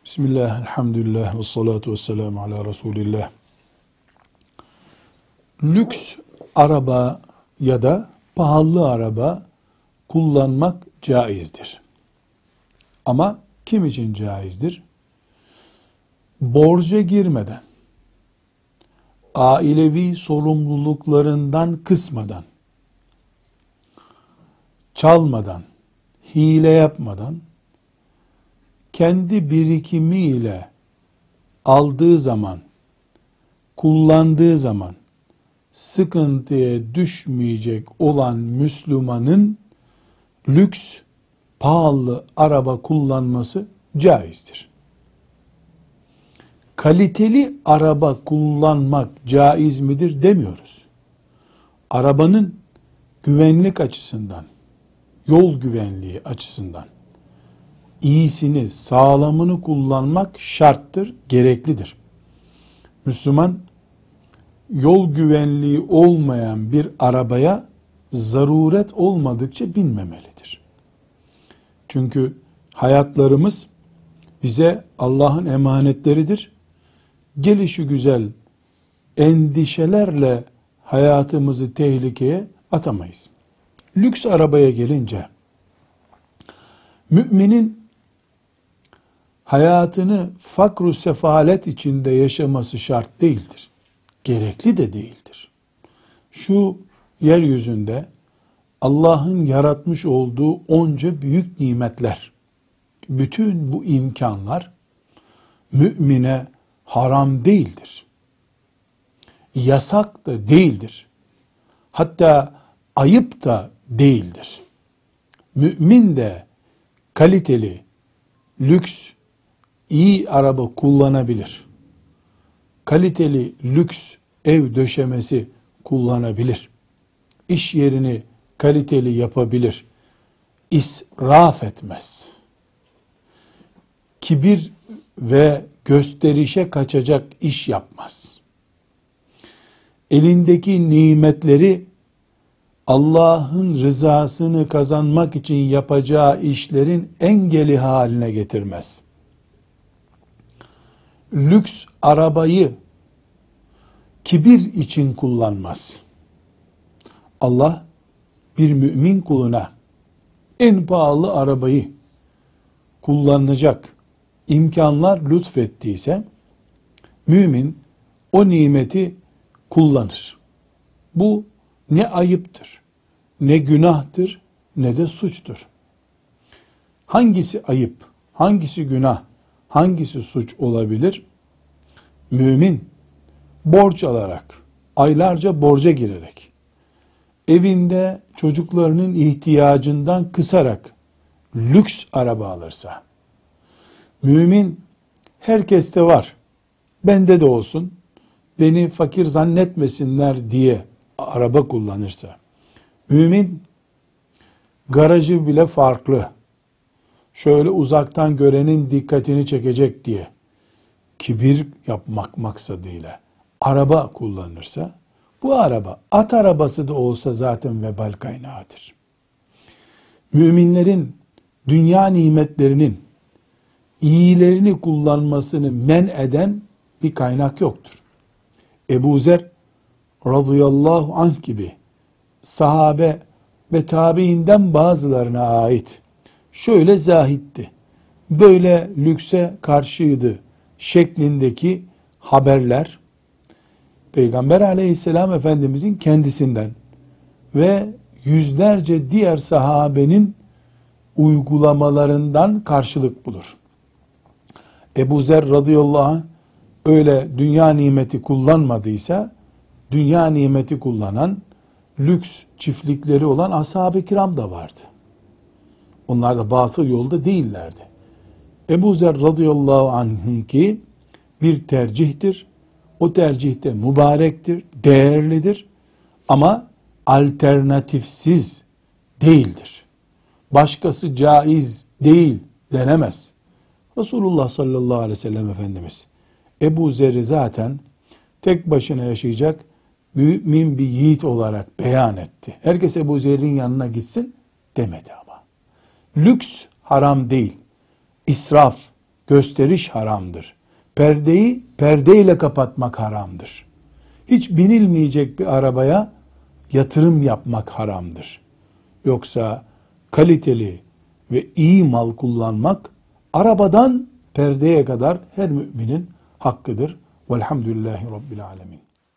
Bismillah, elhamdülillah, ve salatu ve selamu ala Resulillah. Lüks araba ya da pahalı araba kullanmak caizdir. Ama kim için caizdir? Borca girmeden, ailevi sorumluluklarından kısmadan, çalmadan, hile yapmadan, kendi birikimiyle aldığı zaman, kullandığı zaman sıkıntıya düşmeyecek olan Müslümanın lüks, pahalı araba kullanması caizdir. Kaliteli araba kullanmak caiz midir demiyoruz. Arabanın güvenlik açısından, yol güvenliği açısından iyisini, sağlamını kullanmak şarttır, gereklidir. Müslüman, yol güvenliği olmayan bir arabaya zaruret olmadıkça binmemelidir. Çünkü hayatlarımız bize Allah'ın emanetleridir. Gelişigüzel endişelerle hayatımızı tehlikeye atamayız. Lüks arabaya gelince, müminin hayatını fakr-ı sefalet içinde yaşaması şart değildir. Gerekli de değildir. Şu yeryüzünde Allah'ın yaratmış olduğu onca büyük nimetler, bütün bu imkanlar mümine haram değildir. Yasak da değildir. Hatta ayıp da değildir. Mümin de kaliteli, lüks, iyi araba kullanabilir. Kaliteli, lüks ev döşemesi kullanabilir. İş yerini kaliteli yapabilir. İsraf etmez. Kibir ve gösterişe kaçacak iş yapmaz. Elindeki nimetleri Allah'ın rızasını kazanmak için yapacağı işlerin engeli haline getirmez. Lüks arabayı kibir için kullanmaz. Allah bir mümin kuluna en pahalı arabayı kullanacak imkanlar lütfettiyse, mümin o nimeti kullanır. Bu ne ayıptır, ne günahtır, ne de suçtur. Hangisi ayıp, hangisi günah, hangisi suç olabilir? Mümin borç alarak, aylarca borca girerek, evinde çocuklarının ihtiyacından kısarak lüks araba alırsa, mümin herkeste var, bende de olsun, beni fakir zannetmesinler diye araba kullanırsa, mümin garajı bile farklı, şöyle uzaktan görenin dikkatini çekecek diye kibir yapmak maksadıyla araba kullanırsa, bu araba at arabası da olsa zaten vebal kaynağıdır. Müminlerin dünya nimetlerinin iyilerini kullanmasını men eden bir kaynak yoktur. Ebu Zer radıyallahu anh gibi sahabe ve tabiinden bazılarına ait şöyle zahitti, böyle lükse karşıydı şeklindeki haberler Peygamber aleyhisselam Efendimizin kendisinden ve yüzlerce diğer sahabenin uygulamalarından karşılık bulur. Ebu Zer radıyallahu anh öyle dünya nimeti kullanmadıysa, dünya nimeti kullanan lüks çiftlikleri olan ashab-ı kiram da vardı. Onlar da batıl yolda değillerdi. Ebu Zer radıyallahu anh'ınki bir tercihtir. O tercihte mübarektir, değerlidir ama alternatifsiz değildir. Başkası caiz değil denemez. Resulullah sallallahu aleyhi ve sellem Efendimiz Ebu Zer'i zaten tek başına yaşayacak mümin bir yiğit olarak beyan etti. Herkes Ebu Zer'in yanına gitsin demedi ama. Lüks haram değil. İsraf gösteriş haramdır. Perdeyi perdeyle kapatmak haramdır. Hiç binilmeyecek bir arabaya yatırım yapmak haramdır. Yoksa kaliteli ve iyi mal kullanmak arabadan perdeye kadar her müminin hakkıdır. Velhamdülillahi Rabbil Alemin.